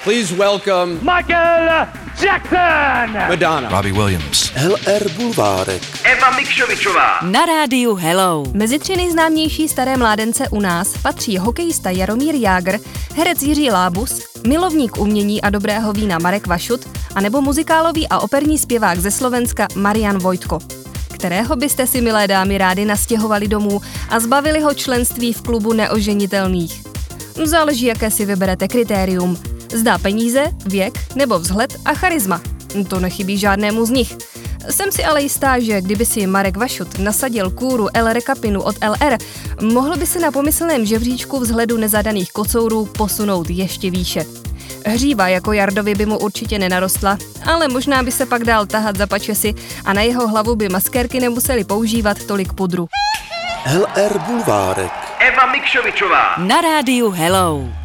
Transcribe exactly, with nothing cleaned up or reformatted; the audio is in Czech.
Please welcome Michael Jackson, Madonna, Robbie Williams, L R Bulvárek, Eva Mikšovičová. Na rádiu Hello. Mezi tři nejznámější staré mládence u nás patří hokejista Jaromír Jágr, herec Jiří Lábus, milovník umění a dobrého vína Marek Vašut a nebo muzikálový a operní zpěvák ze Slovenska Marian Vojtko, kterého byste si, milé dámy, rádi nastěhovali domů a zbavili ho členství v klubu neoženitelných. Záleží, jaké si vyberete kritérium. Zda peníze, věk nebo vzhled a charisma. To nechybí žádnému z nich. Jsem si ale jistá, že kdyby si Marek Vašut nasadil kůru L Recapinu od L R, mohl by se na pomyslném žebříčku vzhledu nezadaných kocourů posunout ještě výše. Hříva jako Jardovi by mu určitě nenarostla, ale možná by se pak dál tahat za pačesy a na jeho hlavu by maskérky nemuseli používat tolik pudru. L R Bulvárek, Eva Mikšovičová. Na rádiu Hello.